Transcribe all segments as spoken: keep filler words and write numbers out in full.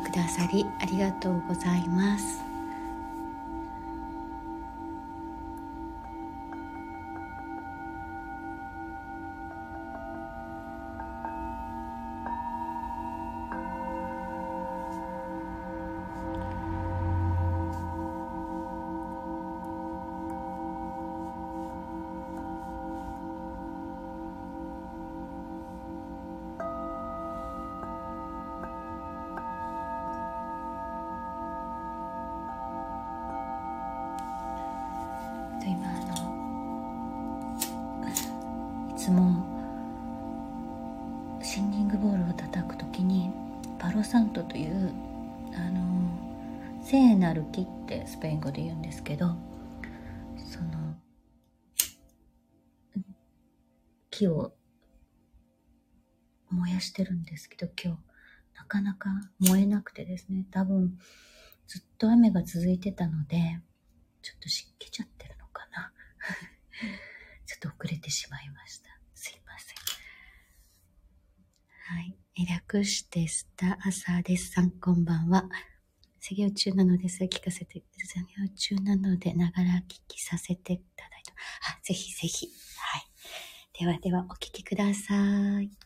くださりありがとうございます。今あのいつもシンギングボールを叩くときにパロサントというあの聖なる木ってスペイン語で言うんですけど、その木を燃やしてるんですけど、今日なかなか燃えなくてですね、多分ずっと雨が続いてたのでちょっと湿気ちゃってるのかなちょっと遅れてしまいました。すいません。はい。略してスタアサですさん、こんばんは。作業中なのです聞かせて、作業中なのでながら聞きさせていただいた。あ、ぜひぜひ。はい。ではではお聞きください。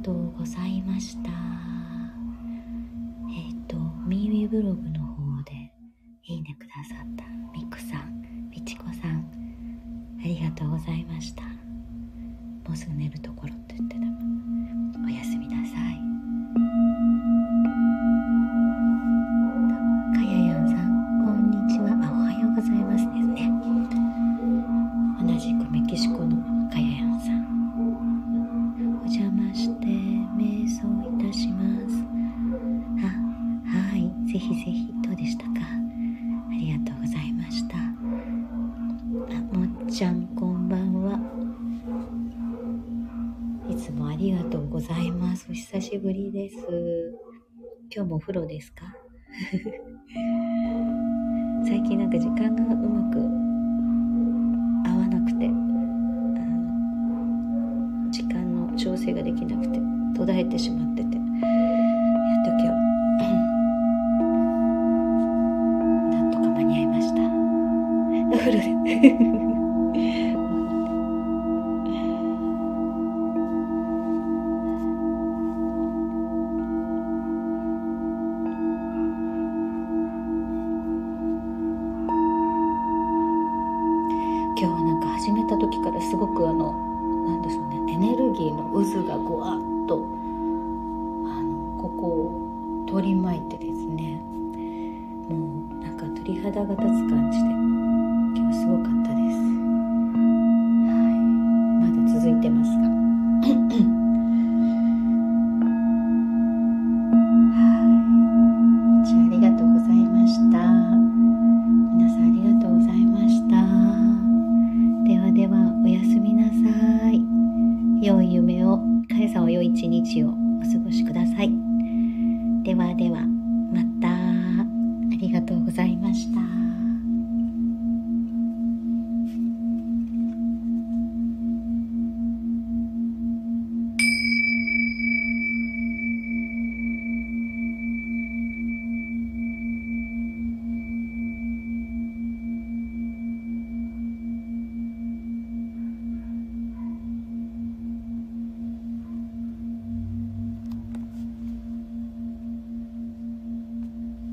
とうございました。えっとミーウィブログの方でいいねくださったミクさん、みちこさん、ありがとうございました。もうすぐ寝るところって言ってた。おやすみなさい。かややんさん、こんにちは。あ、おはようございますですね。同じくメキシコのかややんさん、お邪魔して瞑想いたします。あ、はい、ぜひぜひ。どうでしたか？ありがとうございました。あ、もっちゃんこんばんは。いつもありがとうございます。お久しぶりです。今日もお風呂ですか？最近なんか時間がうまく合わなくて、あの時間の調整ができなくて途絶えてしまってて、やっと今日なんとか間に合いました。お風呂で今日はなんか始めた時からすごくあのなんでしょうね、エネルギーの渦がぐわっとあのここを取り巻いてですね、もうなんか鳥肌が立つ感じで今日はすごかったです。はい、まだ続いてますが。